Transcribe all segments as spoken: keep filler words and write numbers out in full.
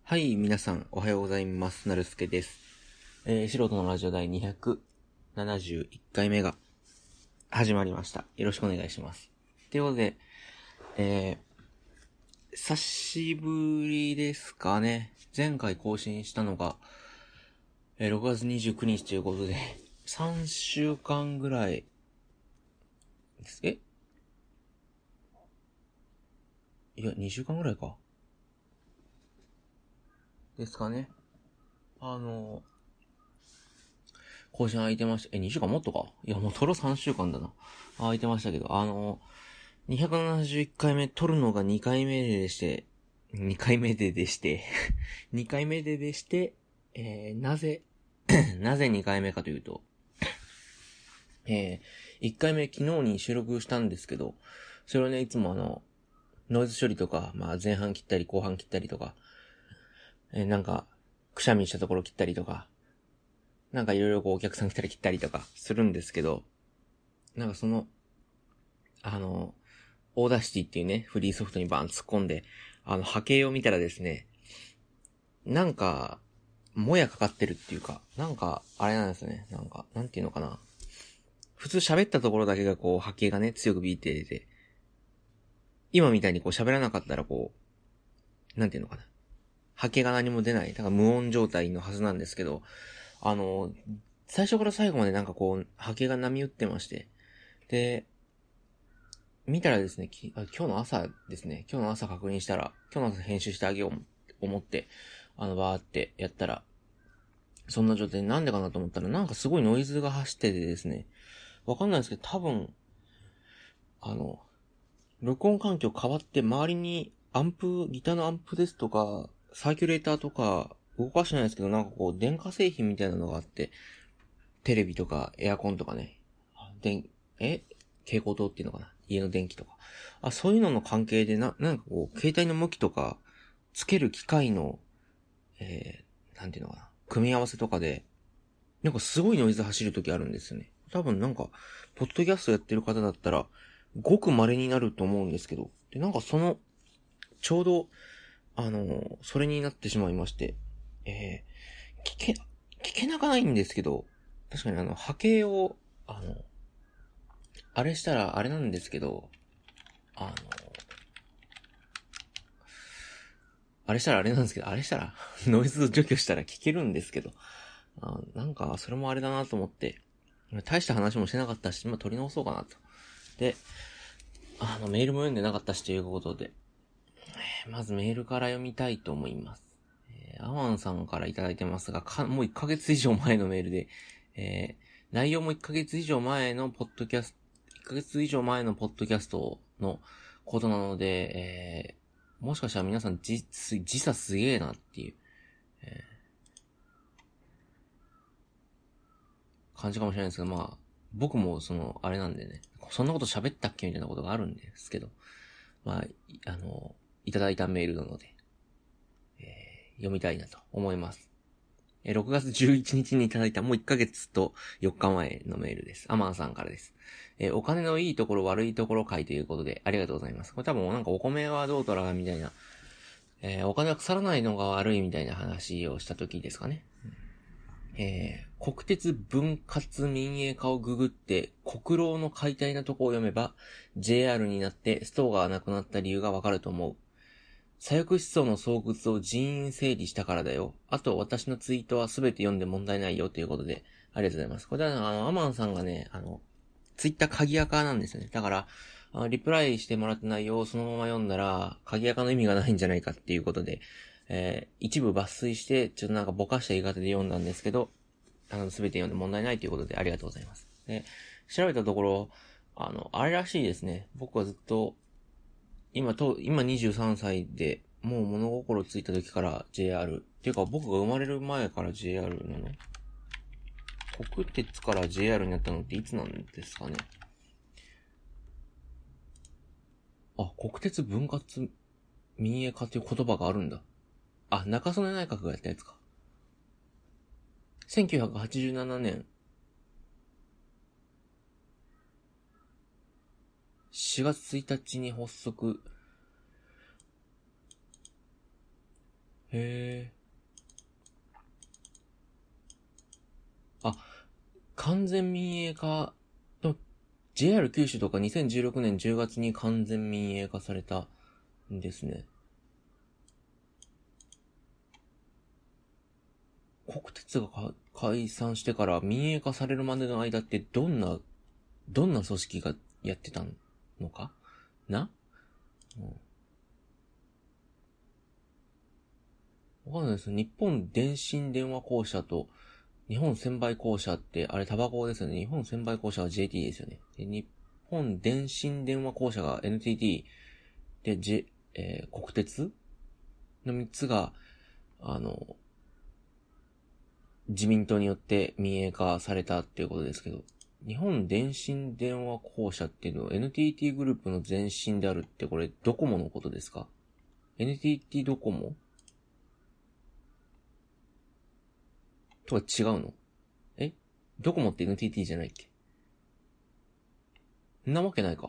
はい、皆さん、おはようございます。なるすけです。えー、素人のラジオ第にひゃくななじゅういっかいめが始まりました。よろしくお願いします。ということで、えー、久しぶりですかね。前回更新したのが、えー、ろくがつにじゅうくにちということで、さんしゅうかんぐらいです。えいや、にしゅうかんぐらいか。ですかね。あのー、更新空いてました。え、にしゅうかんもっとかいや、もうトロさんしゅうかんだな。空いてましたけど、あのー、にひゃくななじゅういっかいめ撮るのがにかいめでして、にかいめででしてにかいめででして、えー、なぜなぜにかいめかというと、えー、いっかいめ昨日に収録したんですけど、それをね、いつもあの、ノイズ処理とか、まあ前半切ったり後半切ったりとか、えー、なんか、くしゃみしたところ切ったりとか、なんかいろいろこうお客さん来たり切ったりとかするんですけど、なんかその、あの、オーダーシティっていうね、フリーソフトにバーン突っ込んで、あの波形を見たらですね、なんか、もやかかってるっていうか、なんか、あれなんですね。なんか、なんていうのかな。普通喋ったところだけがこう波形がね、強くビーって出て、今みたいにこう喋らなかったらこう、なんていうのかな。波形が何も出ない。だから無音状態のはずなんですけど、あの、最初から最後までなんかこう、波形が波打ってまして、で、見たらですね、きあ今日の朝ですね、今日の朝確認したら、今日の朝編集してあげよう思って、あの、バーってやったら、そんな状態でなんでかなと思ったら、なんかすごいノイズが走っててですね、わかんないですけど、多分、あの、録音環境変わって周りにアンプ、ギターのアンプですとか、サーキュレーターとか、動かしてないですけど、なんかこう、電化製品みたいなのがあって、テレビとかエアコンとかね、電、え蛍光灯っていうのかな家の電気とか。あ、そういうのの関係でな、なんかこう、携帯の向きとか、つける機械の、えー、なんていうのかな組み合わせとかで、なんかすごいノイズ走るときあるんですよね。多分なんか、ポッドキャストやってる方だったら、ごく稀になると思うんですけど、で、なんかその、ちょうど、あのーそれになってしまいまして、えー、聞け、聞けなかないんですけど、確かにあの、波形を、あの、あれしたら、あれなんですけど、あの、あれしたらあれなんですけど、あれしたら、ノイズ除去したら聞けるんですけど、あなんか、それもあれだなと思って、大した話もしてなかったし、まあ、撮り直そうかなと。で、あの、メールも読んでなかったしということで、まずメールから読みたいと思います。えー、アワンさんからいただいてますが、か、もういっかげつ以上前のメールで、えー、内容もいっかげつ以上前のポッドキャスト、いっかげつ以上前のポッドキャストのことなので、えー、もしかしたら皆さんじ、時差すげえなっていう、えー、感じかもしれないですけど、まあ、僕もその、あれなんでね、そんなこと喋ったっけみたいなことがあるんですけど、まあ、あの、いただいたメールなので、えー、読みたいなと思います。えー、ろくがつじゅういちにちにいただいたもういっかげつとよっかまえのメールです。アマンさんからです。えー、お金のいいところ悪いところ会ということでありがとうございます。これ多分なんかお米はどうとらがみたいな、えー、お金は腐らないのが悪いみたいな話をした時ですかね。えー、国鉄分割民営化をググって、国労の解体なとこを読めば、ジェイアール になってストアがなくなった理由がわかると思う。左翼思想の巣窟を人員整理したからだよ。あと私のツイートはすべて読んで問題ないよということで、ありがとうございます。これはあの、アマンさんがね、あの、ツイッター鍵垢なんですよね。だから、あのリプライしてもらった内容をそのまま読んだら、鍵垢の意味がないんじゃないかっていうことで、えー、一部抜粋して、ちょっとなんかぼかした言い方で読んだんですけど、あの、すべて読んで問題ないということでありがとうございます。で、調べたところ、あの、あれらしいですね。僕はずっと、今と、今にじゅうさんさいで、もう物心ついた時から ジェイアール。っていうか僕が生まれる前から ジェイアール なの国鉄から ジェイアール になったのっていつなんですかね。あ、国鉄分割民営化っていう言葉があるんだ。あ、中曽根内閣がやったやつか。せんきゅうひゃくはちじゅうななねんしがつついたちに発足。 へえ。あ、完全民営化、ジェイアール 九州とかにせんじゅうろくねんじゅうがつに完全民営化されたんですね。国鉄が解散してから民営化されるまでの間ってどんな、どんな組織がやってたのかな、うん、わかんないです。日本電信電話公社と日本専売公社って、あれタバコですよね。日本専売公社は ジェーティー ですよね。で日本電信電話公社が エヌティーティー で、J、えー、国鉄のみっつが、あの、自民党によって民営化されたっていうことですけど、日本電信電話公社っていうのは エヌティーティー グループの前身であるってこれドコモのことですか？ エヌティーティー ドコモとは違うの？えドコモって エヌティーティー じゃないっけ？んなわけないか。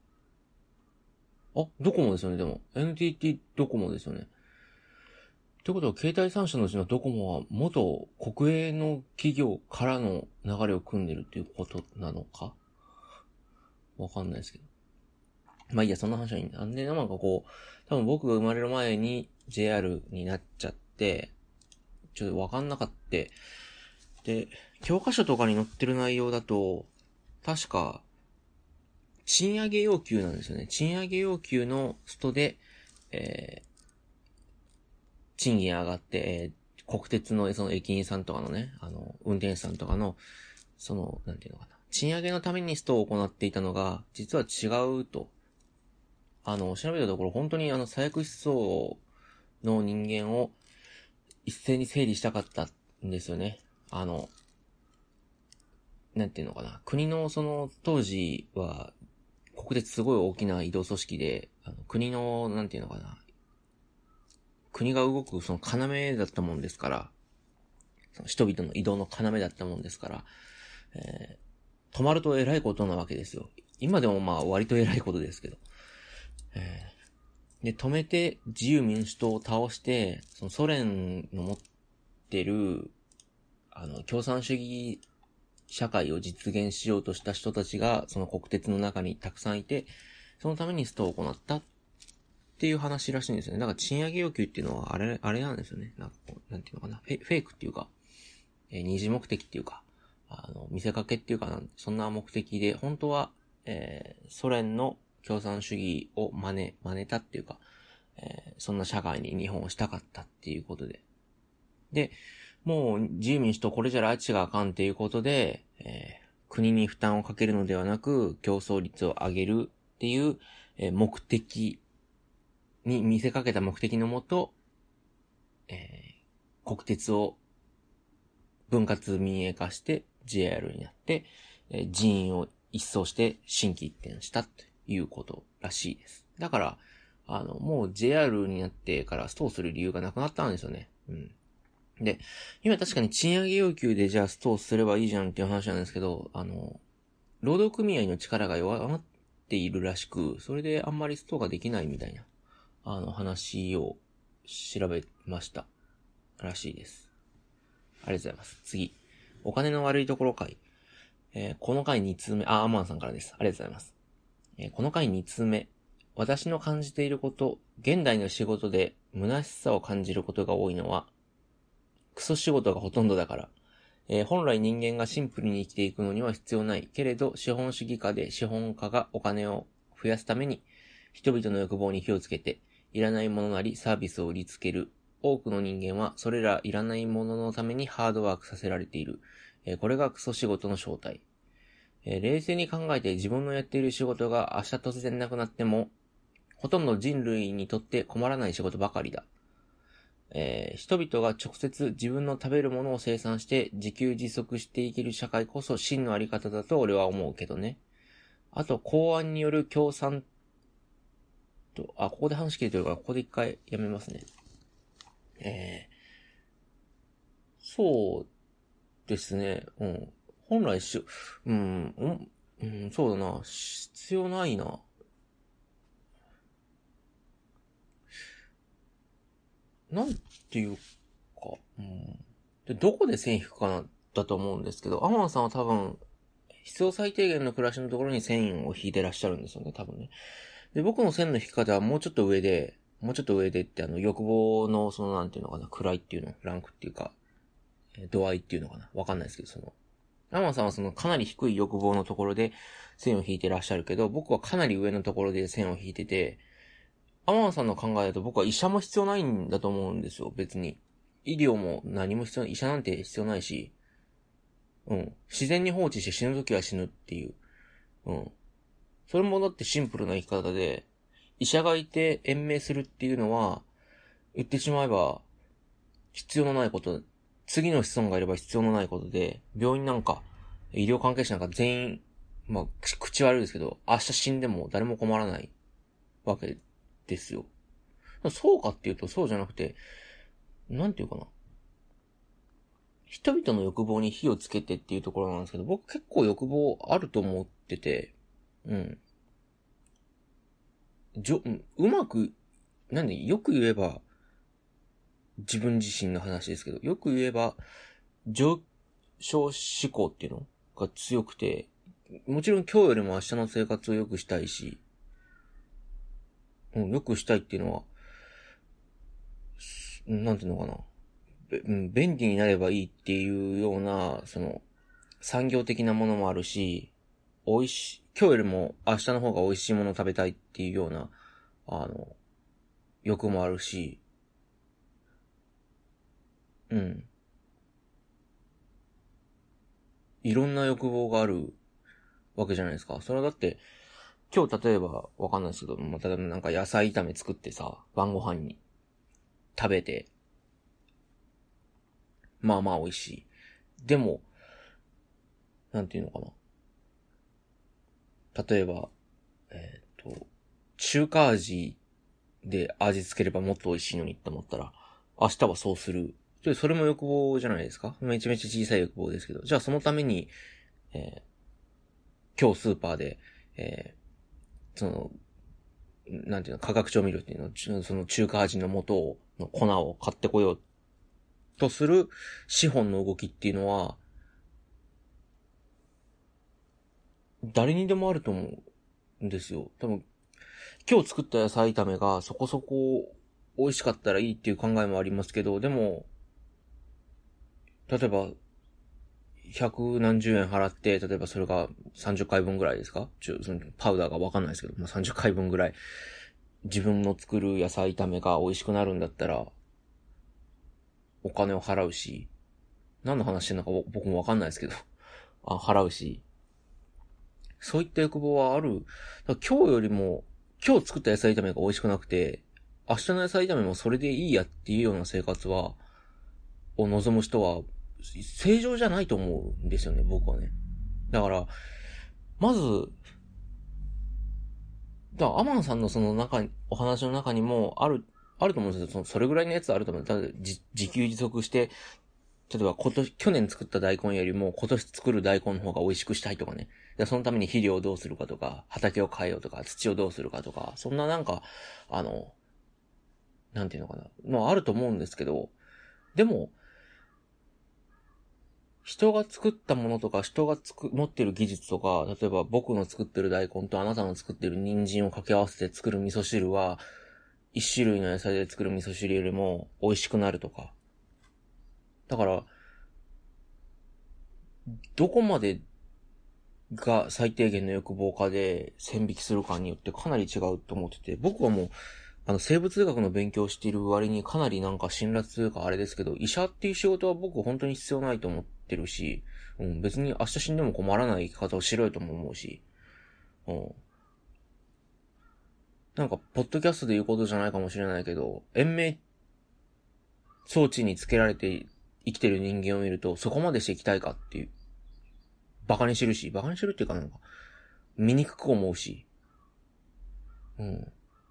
あ、ドコモですよね、でも。エヌティーティー ドコモですよね。ということは、携帯さん社のうちのドコモは元国営の企業からの流れを組んでるっていうことなのかわかんないですけど。まあいいや、そんな話はいいんだ。なんで、なんかこう、多分僕が生まれる前に ジェイアール になっちゃって、ちょっとわかんなかった。で、教科書とかに載ってる内容だと、確か、賃上げ要求なんですよね。賃上げ要求のストで、えー、賃金上がって、えー、国鉄のその駅員さんとかのね、あの、運転手さんとかの、その、なんていうのかな。賃上げのためにストを行っていたのが、実は違うと。あの、調べたところ、本当にあの、最悪思想の人間を一斉に整理したかったんですよね。あの、なんていうのかな。国のその、当時は、国鉄すごい大きな移動組織で、あの国の、なんていうのかな。国が動くその要だったもんですから、その人々の移動の要だったもんですから、えー、止まると偉いことなわけですよ。今でもまあ割と偉いことですけど。えー、で、止めて自由民主党を倒して、そのソ連の持ってる、あの、共産主義社会を実現しようとした人たちが、その国鉄の中にたくさんいて、そのためにストを行ったっていう話らしいんですよね。だから賃上げ要求っていうのはあれ、あれなんですよね。なんかこう、なんていうのかな。フェフェイクっていうか、えー、二次目的っていうか、あの、見せかけっていうかそんな目的で、本当は、えー、ソ連の共産主義を真似、真似たっていうか、えー、そんな社会に日本をしたかったっていうことで。で、もう自由民主党これじゃ拉致があかんっていうことで、えー、国に負担をかけるのではなく、競争率を上げるっていう、えー、目的に見せかけた目的のもと、えー、国鉄を分割民営化して ジェイアール になって、えー、人員を一掃して新規一転したということらしいです。だから、あの、もう ジェイアール になってからストをする理由がなくなったんですよね。うん。で、今確かに賃上げ要求でじゃあストをすればいいじゃんっていう話なんですけど、あの、労働組合の力が弱まっているらしく、それであんまりストができないみたいな、あの話を調べました。らしいです。ありがとうございます。次。お金の悪いところ回。えー、この回に通目、あ、アマンさんからです。ありがとうございます。えー、この回に通目。私の感じていること、現代の仕事で虚しさを感じることが多いのは、クソ仕事がほとんどだから。えー、本来人間がシンプルに生きていくのには必要ない。けれど、資本主義下で資本家がお金を増やすために、人々の欲望に火をつけて、いらないものなりサービスを売りつける。多くの人間は、それらいらないもののためにハードワークさせられている。えー、これがクソ仕事の正体。えー、冷静に考えて自分のやっている仕事が明日突然なくなっても、ほとんど人類にとって困らない仕事ばかりだ。えー、人々が直接自分の食べるものを生産して自給自足していける社会こそ真のあり方だと俺は思うけどね。あと、公安による共産と、あ、ここで話切れてるから、ここで一回やめますね。えー、そうですね。うん。本来し、うん、うん、そうだな。必要ないな。 なんていうか、うん、でどこで線引くかな、だと思うんですけど、アマンさんは多分、必要最低限の暮らしのところに線を引いてらっしゃるんですよね、多分ね。で、僕の線の引き方はもうちょっと上で、もうちょっと上でってあの、欲望のそのなんていうのかな、位っていうの、ランクっていうか、度合いっていうのかな、わかんないですけど、その、アマンさんはそのかなり低い欲望のところで線を引いてらっしゃるけど、僕はかなり上のところで線を引いてて、アマンさんの考えだと僕は医者も必要ないんだと思うんですよ、別に。医療も何も必要ない、医者なんて必要ないし、うん。自然に放置して死ぬときは死ぬっていう。うん。それもだってシンプルな生き方で、医者がいて延命するっていうのは、言ってしまえば、必要のないこと、次の子孫がいれば必要のないことで、病院なんか、医療関係者なんか全員、まあ、口悪いですけど、明日死んでも誰も困らないわけですよ。そうかっていうとそうじゃなくて、なんていうかな。人々の欲望に火をつけてっていうところなんですけど、僕結構欲望あると思ってて、うん。じょ、うまく、なんで、よく言えば、自分自身の話ですけど、よく言えば、上昇志向っていうのが強くて、もちろん今日よりも明日の生活を良くしたいし、うん、良くしたいっていうのは、なんていうのかな。うん、便利になればいいっていうような、その、産業的なものもあるし、美味しい、今日よりも明日の方が美味しいものを食べたいっていうような、あの、欲もあるし、うん。いろんな欲望があるわけじゃないですか。それはだって、今日例えば、わかんないですけど、まあ、例えばなんか野菜炒め作ってさ、晩ご飯に食べて、まあまあ美味しい。でも、なんていうのかな。例えば、えっと、中華味で味付ければもっと美味しいのにって思ったら、明日はそうする。で、それも欲望じゃないですか。めちゃめちゃ小さい欲望ですけど。じゃあそのために、えー、今日スーパーで、えー、その、なんていうの、化学調味料っていうの、その中華味の素を、の粉を買ってこようとする資本の動きっていうのは、誰にでもあると思うんですよ。多分、今日作った野菜炒めがそこそこ美味しかったらいいっていう考えもありますけど、でも、例えば、百何十円払って、例えばそれがさんじゅっかいぶんぐらいですかちょ、そのパウダーがわかんないですけど、まあ、さんじゅっかいぶんぐらい、自分の作る野菜炒めが美味しくなるんだったら、お金を払うし、何の話してんのか僕もわかんないですけど、あ、払うし、そういった欲望はある。今日よりも、今日作った野菜炒めが美味しくなくて、明日の野菜炒めもそれでいいやっていうような生活は、を望む人は、正常じゃないと思うんですよね、僕はね。だから、まず、だからアマンさんのその中に、お話の中にもある、あると思うんですよ。その、それぐらいのやつあると思う。ただ、自給自足して、例えば今年、去年作った大根よりも今年作る大根の方が美味しくしたいとかね。でそのために肥料をどうするかとか、畑を変えようとか、土をどうするかとか、そんななんか、あの、なんていうのかな。まああると思うんですけど、でも、人が作ったものとか、人がつく、持ってる技術とか、例えば僕の作ってる大根とあなたの作ってる人参を掛け合わせて作る味噌汁は、一種類の野菜で作る味噌汁よりも美味しくなるとか。だから、どこまでが最低限の欲望家で線引きするかによってかなり違うと思ってて、僕はもう、あの、生物学の勉強をしている割にかなりなんか辛辣というかあれですけど、医者っていう仕事は僕本当に必要ないと思ってるし、うん、別に明日死んでも困らない生き方をしろよとも思うし、うん。なんか、ポッドキャストで言うことじゃないかもしれないけど、延命装置につけられて生きてる人間を見ると、そこまでしていきたいかっていう、バカにしてるし、バカにしてるっていうかなんか、醜く思うし、うん。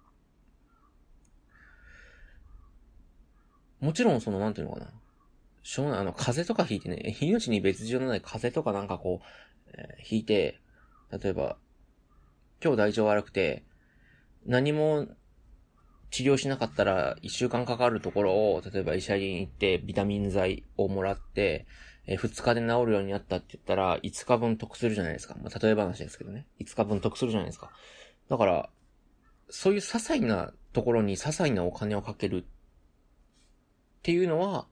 もちろんその、なんていうのかな。しょうがない、あの、風邪とかひいてね、命に別状のない風邪とかなんかこう、えー、ひいて、例えば、今日体調悪くて、何も治療しなかったらいっしゅうかんかかるところを、例えば医者に行ってビタミン剤をもらって、えー、ふつかで治るようになったって言ったら、いつかぶん得するじゃないですか。まあ、例え話ですけどね。いつかぶん得するじゃないですか。だから、そういう些細なところに些細なお金をかけるっていうのは、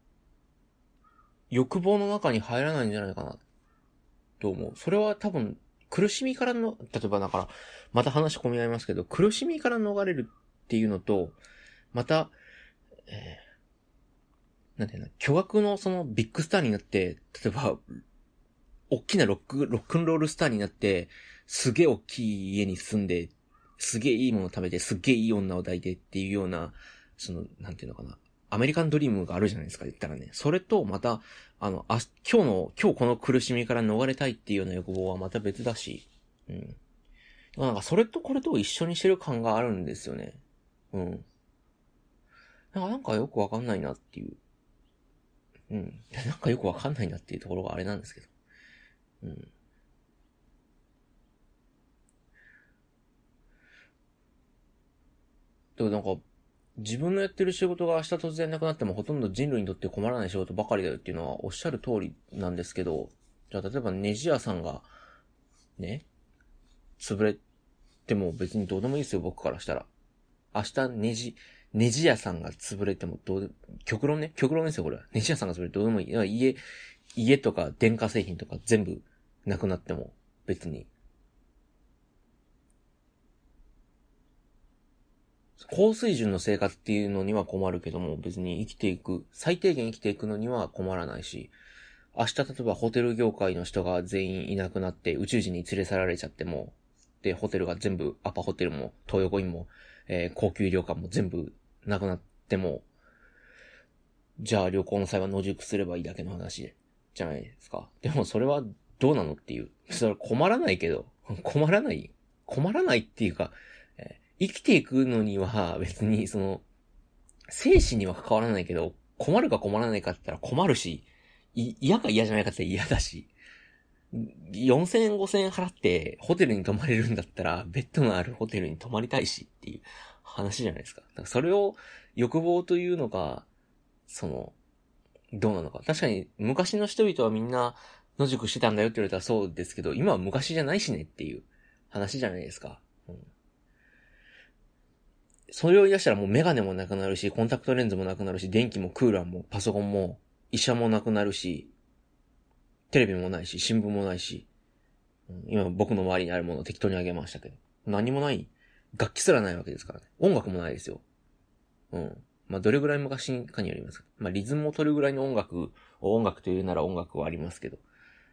欲望の中に入らないんじゃないかな、と思う。それは多分、苦しみからの、例えばだから、また話込み合いますけど、苦しみから逃れるっていうのと、また、えー、なんていうの、巨額のそのビッグスターになって、例えば、大きなロック、ロックンロールスターになって、すげえ大きい家に住んで、すげえいいもの食べて、すげえいい女を抱いてっていうような、その、なんていうのかな。アメリカンドリームがあるじゃないですか、言ったらね。それと、また、あの、あ、今日の、今日この苦しみから逃れたいっていうような欲望はまた別だし、うん。なんか、それとこれと一緒にしてる感があるんですよね。うん。なんか、なんかよくわかんないなっていう。うん。なんかよくわかんないなっていうところがあれなんですけど。うん。でもなんか、自分のやってる仕事が明日突然なくなってもほとんど人類にとって困らない仕事ばかりだよっていうのはおっしゃる通りなんですけど、じゃあ例えばネジ屋さんが、ね、潰れても別にどうでもいいですよ、僕からしたら。明日ネジ、ネジ屋さんが潰れてもどうで、極論ね、極論ですよ、これは。ネジ屋さんが潰れてどうでもいい。家、家とか電化製品とか全部なくなっても別に高水準の生活っていうのには困るけども、別に生きていく、最低限生きていくのには困らないし、明日例えばホテル業界の人が全員いなくなって宇宙人に連れ去られちゃっても、で、ホテルが全部、アパホテルも、東横インも、えー、高級旅館も全部なくなっても、じゃあ旅行の際は野宿すればいいだけの話じゃないですか。でもそれはどうなのっていう。それは困らないけど、困らない困らないっていうか、えー生きていくのには別にその、生死には関わらないけど、困るか困らないかって言ったら困るし、い嫌か嫌じゃないかって嫌だし、よんせんえんごせんえん払ってホテルに泊まれるんだったら、ベッドのあるホテルに泊まりたいしっていう話じゃないですか。だからそれを欲望というのが、その、どうなのか。確かに昔の人々はみんな野宿してたんだよって言われたらそうですけど、今は昔じゃないしねっていう話じゃないですか。うん、それを言い出したらもうメガネもなくなるし、コンタクトレンズもなくなるし、電気もクーラーもパソコンも医者もなくなるし、テレビもないし、新聞もないし、うん、今僕の周りにあるものを適当にあげましたけど、何もない。楽器すらないわけですからね。音楽もないですよ。うん。まあ、どれぐらい昔かによります。まあ、リズムを取るぐらいの音楽を音楽というなら音楽はありますけど、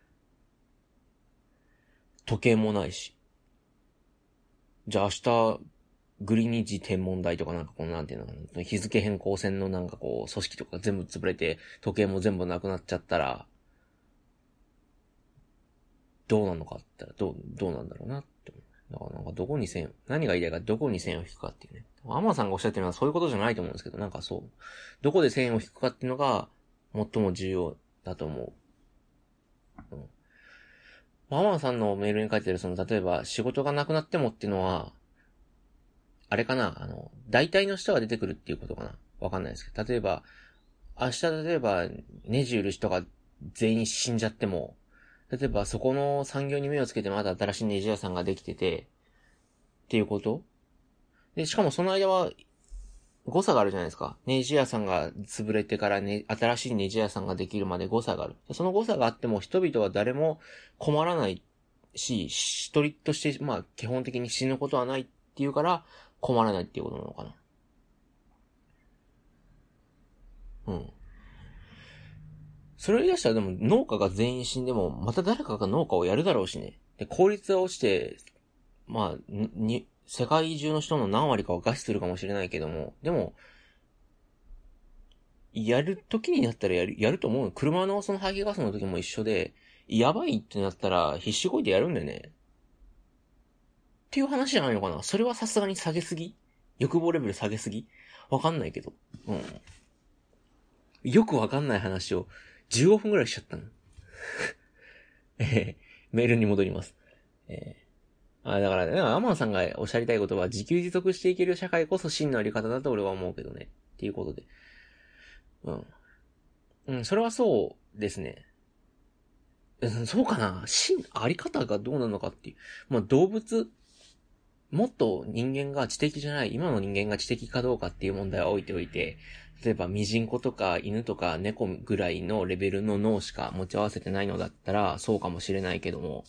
時計もないし。じゃあ明日、グリニッジ天文台とかなんかこのなんていうの、日付変更線のなんかこう、組織とか全部潰れて、時計も全部なくなっちゃったら、どうなのかって言ったら、どう、どうなんだろうなって思う。だからなんかどこに線、何が言いたいかどこに線を引くかっていうね。アマンさんがおっしゃってるのはそういうことじゃないと思うんですけど、なんかそう。どこで線を引くかっていうのが、最も重要だと思う。うん。アマンさんのメールに書いてるその、例えば仕事がなくなってもっていうのは、あれかな、あの、大体の人が出てくるっていうことかな。わかんないですけど、例えば、明日例えば、ネジ売る人が全員死んじゃっても、例えばそこの産業に目をつけてまだ新しいネジ屋さんができてて、っていうことで、しかもその間は誤差があるじゃないですか。ネジ屋さんが潰れてからね、新しいネジ屋さんができるまで誤差がある。その誤差があっても人々は誰も困らないし、一人として、まあ基本的に死ぬことはないっていうから困らないっていうことなのかな。うん。それを言い出したらでも農家が全員死んでも、また誰かが農家をやるだろうしね。で、効率が落ちて、まあ、に、世界中の人の何割かを餓死するかもしれないけども、でも、やる時になったらやる、やると思う。車のその排気ガスの時も一緒で、やばいってなったら必死こいてやるんだよね。っていう話じゃないのかな。それはさすがに下げすぎ欲望レベル下げすぎわかんないけど。うん。よくわかんない話をじゅうごふんくらいしちゃったの。えー、メールに戻ります。えーあだから、だからアマンさんがおっしゃりたいことは、自給自足していける社会こそ真のあり方だと俺は思うけどね。っていうことで。うん。うん、それはそうですね。そうかな真、あり方がどうなのかっていう。まあ、動物、もっと人間が知的じゃない、今の人間が知的かどうかっていう問題は置いておいて、例えばミジンコとか犬とか猫ぐらいのレベルの脳しか持ち合わせてないのだったら、そうかもしれないけども、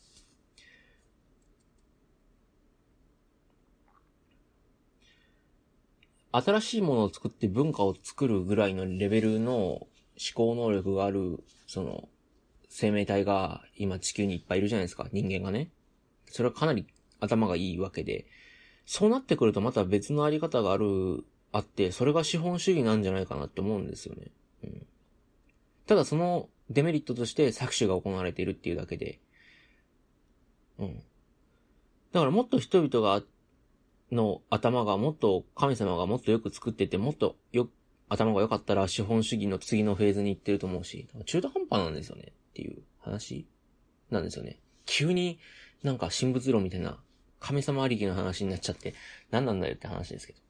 新しいものを作って文化を作るぐらいのレベルの思考能力がある、その、生命体が今地球にいっぱいいるじゃないですか、人間がね。それはかなり頭がいいわけで、そうなってくるとまた別のあり方がある、あって、それが資本主義なんじゃないかなって思うんですよね。うん、ただそのデメリットとして搾取が行われているっていうだけで、うん。だからもっと人々が、の頭がもっと神様がもっとよく作ってて、もっとよ、頭が良かったら資本主義の次のフェーズに行ってると思うし、中途半端なんですよねっていう話なんですよね。急になんか神仏論みたいな神様ありきの話になっちゃって何なんだよって話ですけど。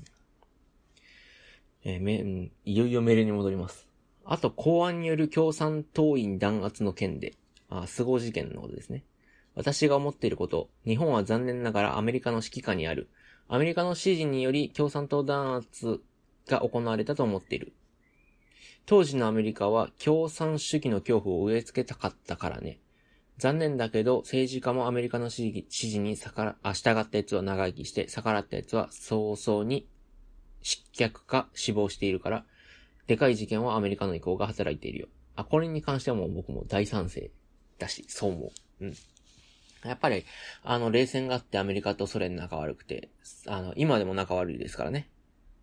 えー、め、いよいよ命令に戻ります。あと、公安による共産党員弾圧の件で、あ、スゴ事件のことですね。私が思っていること、日本は残念ながらアメリカの指揮下にある。アメリカの指示により共産党弾圧が行われたと思っている。当時のアメリカは共産主義の恐怖を植え付けたかったからね。残念だけど、政治家もアメリカの指示に逆ら、あ、従ったやつは長生きして、逆らったやつは早々に失脚か死亡しているから、でかい事件はアメリカの意向が働いているよ。あ、これに関してはもう僕も大賛成だし、そう思う。うん。やっぱり、あの、冷戦があってアメリカとソ連仲悪くて、あの、今でも仲悪いですからね。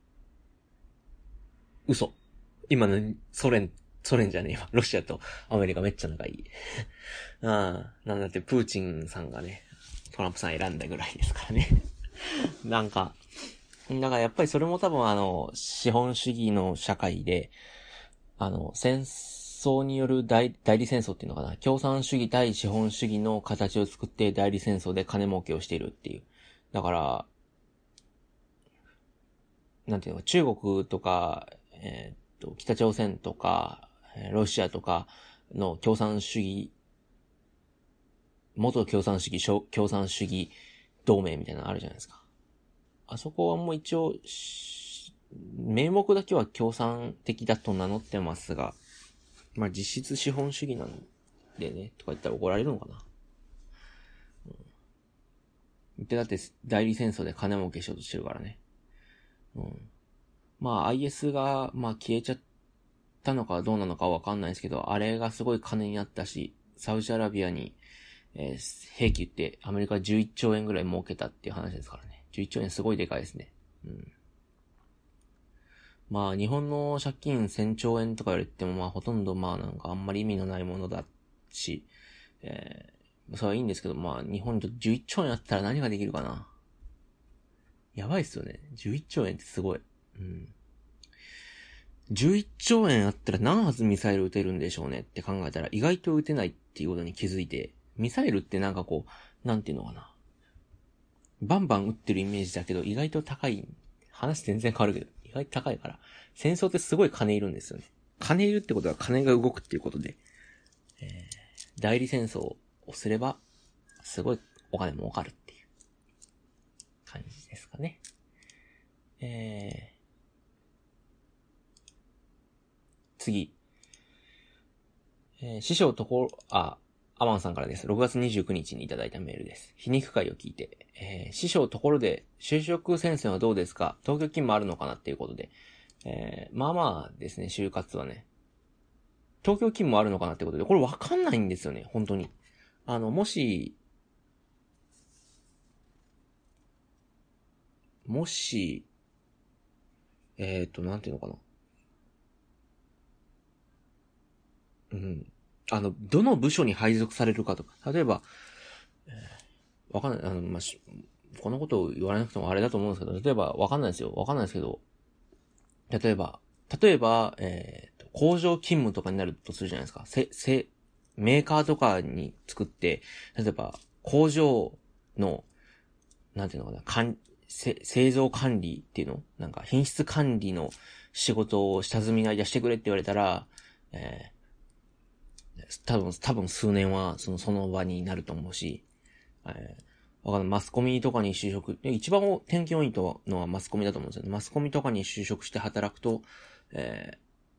嘘。今のソ連、ソ連じゃねえわ。ロシアとアメリカめっちゃ仲いい。ああ、なんだってプーチンさんがね、トランプさん選んだぐらいですからね。なんか、だからやっぱりそれも多分あの、資本主義の社会で、あの、戦争による代代理戦争っていうのかな。共産主義対資本主義の形を作って代理戦争で金儲けをしているっていう。だから、なんていうのか、中国とか、えー、っと、北朝鮮とか、ロシアとかの共産主義、元共産主義、共産主義同盟みたいなのあるじゃないですか。あそこはもう一応、名目だけは共産的だと名乗ってますが、まあ実質資本主義なんでね、とか言ったら怒られるのかな。うん、で、だって代理戦争で金儲けしようとしてるからね。うん。まあ アイエス が、まあ消えちゃったのかどうなのかわかんないですけど、あれがすごい金になったし、サウジアラビアに、えー、兵器売ってアメリカじゅういっちょうえんぐらい儲けたっていう話ですからね。じゅういっちょうえんすごいでかいですね。うん。まあ日本の借金せんちょうえんとか言われてもまあほとんどまあなんかあんまり意味のないものだし、えー、それはいいんですけど、まあ日本とじゅういっちょうえんあったら何ができるかな。やばいっすよね。じゅういっちょうえんってすごい。うん。じゅういっちょうえんあったら何発ミサイル撃てるんでしょうねって考えたら意外と撃てないっていうことに気づいて、ミサイルってなんかこう、なんていうのかな。バンバン撃ってるイメージだけど意外と高い。話全然変わるけど、意外と高いから。戦争ってすごい金いるんですよね。金いるってことは金が動くっていうことで、えー、代理戦争をすれば、すごいお金儲かるっていう感じですかね。えー、次。えー、師匠ところ、あ、アマンさんからです。ろくがつにじゅうくにちにいただいたメールです。皮肉会を聞いて、えー、師匠ところで、就職戦線はどうですか？東京勤務あるのかなっていうことで、えー、まあまあですね、就活はね。東京勤務あるのかなってことで、これわかんないんですよね、本当に。あの、もし、もし、えっと、なんていうのかな。うん。あの、どの部署に配属されるかとか、例えば、えー、わかんない、あの、まあ、し、このことを言われなくてもあれだと思うんですけど、例えば、わかんないですよ。わかんないですけど、例えば、例えば、えーと、工場勤務とかになるとするじゃないですか。せ、せ、メーカーとかに作って、例えば、工場の、なんていうのかな、かん製造管理っていうのなんか品質管理の仕事を下積みの間してくれって言われたら、えー、多分、多分数年はその、その場になると思うし、えー、わかんない。マスコミとかに就職、一番転勤多いのはマスコミだと思うんですよね。マスコミとかに就職して働くと、え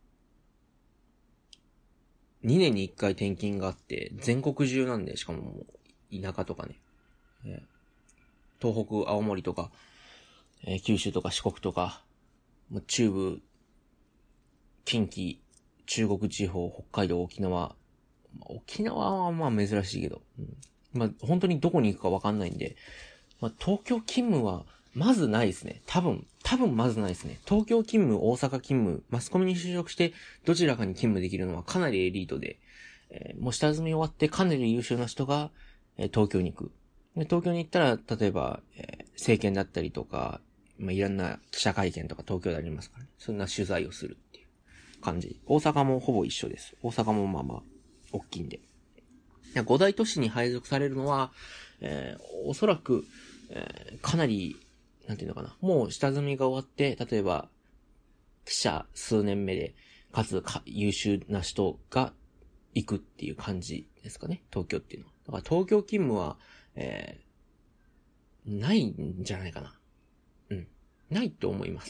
ー、にねんにいっかい転勤があって、全国中なんで、しかももう田舎とかね、えー、東北、青森とか、えー、九州とか四国とか、中部、近畿、中国地方、北海道、沖縄。沖縄はまあ珍しいけど、うん、まあ本当にどこに行くかわかんないんで、まあ東京勤務はまずないですね。多分、多分まずないですね。東京勤務、大阪勤務、マスコミに就職してどちらかに勤務できるのはかなりエリートで、えー、もう下積み終わってかなり優秀な人が、えー、東京に行く。で東京に行ったら、例えば、えー、政権だったりとか、まあ、いろんな記者会見とか東京でありますからね。そんな取材をするっていう感じ。大阪もほぼ一緒です。大阪もまあまあ、大きいんで。五大都市に配属されるのは、えー、おそらく、えー、かなり、なんていうのかな。もう下積みが終わって、例えば、記者数年目で、かつか優秀な人が行くっていう感じですかね。東京っていうのは。だから東京勤務は、えー、ないんじゃないかな。うん。ないと思います。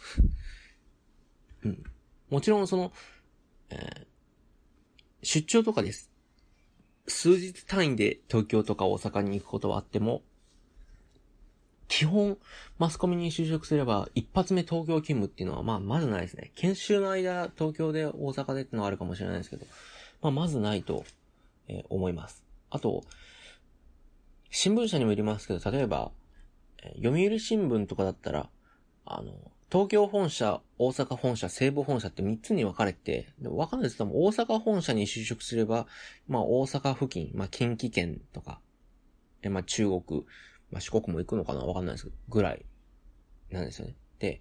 うん。もちろんその、えー、出張とかです。数日単位で東京とか大阪に行くことはあっても、基本、マスコミに就職すれば、一発目東京勤務っていうのは、まあ、まずないですね。研修の間、東京で大阪でってのはあるかもしれないですけど、まあ、まずないと、えー、思います。あと、新聞社にもよりますけど、例えば、読売新聞とかだったら、あの、東京本社、大阪本社、西部本社ってみっつに分かれて、分かんないですけども、大阪本社に就職すれば、まあ大阪付近、まあ近畿圏とか、えまあ中国、まあ四国も行くのかな分かんないですけど、ぐらいなんですよね。で、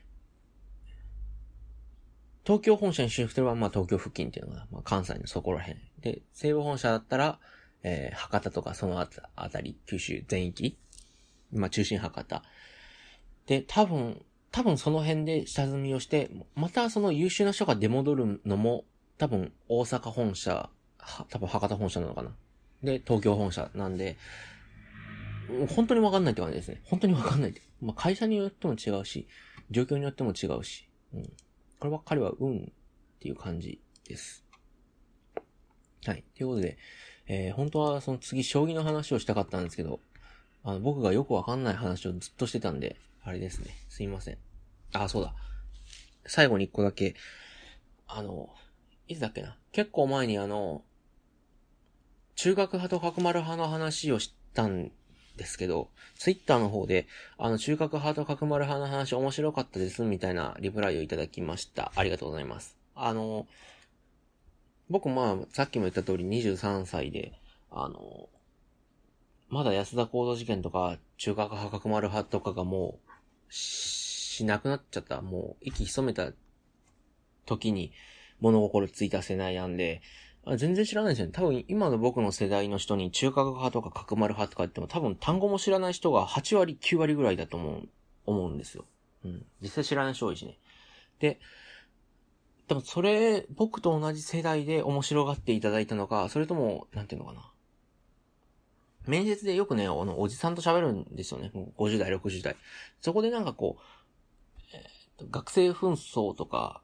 東京本社に就職すれば、まあ東京付近っていうのが、まあ関西のそこら辺。で、西部本社だったら、えー、博多とかそのあたり、九州全域、まあ中心博多。で、多分、多分その辺で下積みをして、またその優秀な人が出戻るのも、多分大阪本社、多分博多本社なのかな。で、東京本社なんで、本当にわかんないって感じですね。本当にわかんないって。まあ、会社によっても違うし、状況によっても違うし、うん。こればっかりは運っていう感じです。はい。ということで、えー、本当はその次将棋の話をしたかったんですけど、あの、僕がよくわかんない話をずっとしてたんで、あれですね。すいません。あ、そうだ。最後に一個だけ、あの、いつだっけな。結構前にあの、中学派と角丸派の話をしたんですけど、ツイッターの方で、あの、中学派と角丸派の話面白かったです、みたいなリプライをいただきました。ありがとうございます。あの、僕まあ、さっきも言った通りにじゅうさんさいで、あの、まだ安田講堂事件とか、中学派角丸派とかがもう、しなくなっちゃった。もう、息潜めた時に物心ついた世代なんで、全然知らないですよね。多分今の僕の世代の人に中核派とか角丸派とか言っても多分単語も知らない人がはちわりきゅうわりぐらいだと思う、思うんですよ。うん。実際知らない人多いしね。で、多分それ、僕と同じ世代で面白がっていただいたのか、それとも、なんていうのかな。面接でよくね、あの、おじさんと喋るんですよね。ごじゅう代、ろくじゅう代。そこでなんかこう、えー、学生紛争とか、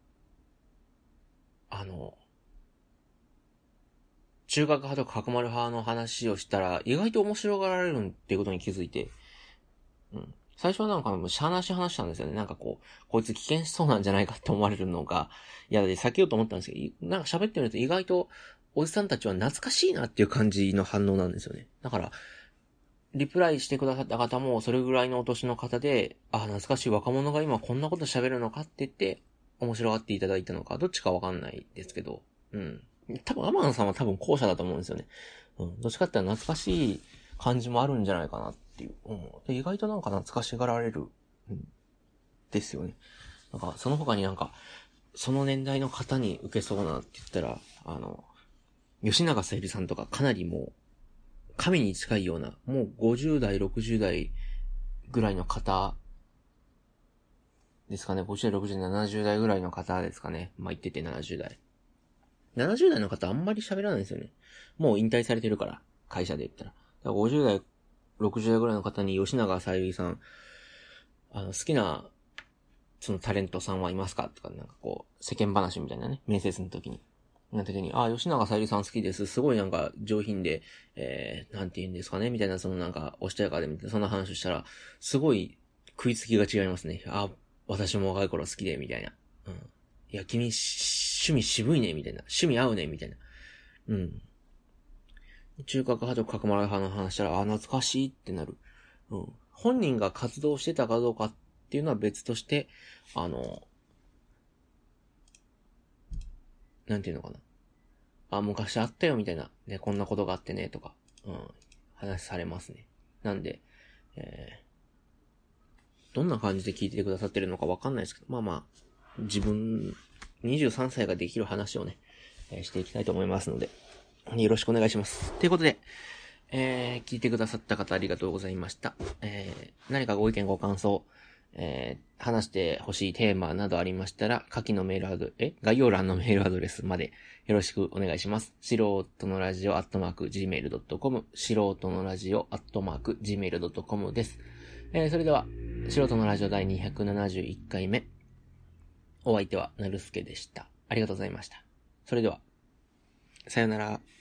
あの、中学派とか角丸派の話をしたら、意外と面白がられるっていうことに気づいて、うん。最初はなんか、しゃーなし話したんですよね。なんかこう、こいつ危険しそうなんじゃないかって思われるのが、嫌で避けようと思ったんですけど、なんか喋ってみると意外と、おじさんたちは懐かしいなっていう感じの反応なんですよね。だから、リプライしてくださった方も、それぐらいのお年の方で、あ、懐かしい若者が今こんなこと喋るのかって言って、面白がっていただいたのか、どっちかわかんないですけど、うん。多分、天野さんは多分後者だと思うんですよね。うん。どっちかって言ったら懐かしい感じもあるんじゃないかなっていう。うん。で意外となんか懐かしがられる、うん、ですよね。なんか、その他になんか、その年代の方に受けそうなって言ったら、あの、吉永小百合さんとかかなりもう、 神に近いような、もうごじゅう代、ろくじゅう代ぐらいの方ですかね。ごじゅう代、ろくじゅう代、ななじゅう代ぐらいの方ですかね。まあ、言っててななじゅう代。ななじゅう代の方あんまり喋らないんですよね。もう引退されてるから、会社で言ったら。だからごじゅう代、ろくじゅう代ぐらいの方に吉永小百合さん、あの、好きな、そのタレントさんはいますかとか、なんかこう、世間話みたいなね、面接の時に。な時に、あ、吉永小百合さん好きです。すごいなんか上品で、えー、なんて言うんですかねみたいな、そのなんか、おしとやかで、みたいな、そんな話をしたら、すごい食いつきが違いますね。あ、私も若い頃好きで、みたいな。うん。いや、君、趣味渋いね、みたいな。趣味合うね、みたいな。うん。中核派と角丸派の話したら、あ、懐かしいってなる。うん。本人が活動してたかどうかっていうのは別として、あの、なんていうのかな。あ、昔あったよ、みたいな。ね、こんなことがあってね、とか、うん。話されますね。なんで、えー、どんな感じで聞いてくださってるのかわかんないですけど、まあまあ、自分、にじゅうさんさいができる話をね、えー、していきたいと思いますので、よろしくお願いします。ということで、えー、聞いてくださった方ありがとうございました。えー、何かご意見ご感想、えー、話してほしいテーマなどありましたら、下記のメールアドレス、え概要欄のメールアドレスまでよろしくお願いします。素人のラジオアットマーク ジーメールドットコム、素人のラジオアットマーク ジーメールドットコム です。えー、それでは、素人のラジオ第にひゃくななじゅういっかいめ。お相手はなるすけでした。ありがとうございました。それでは、さよなら。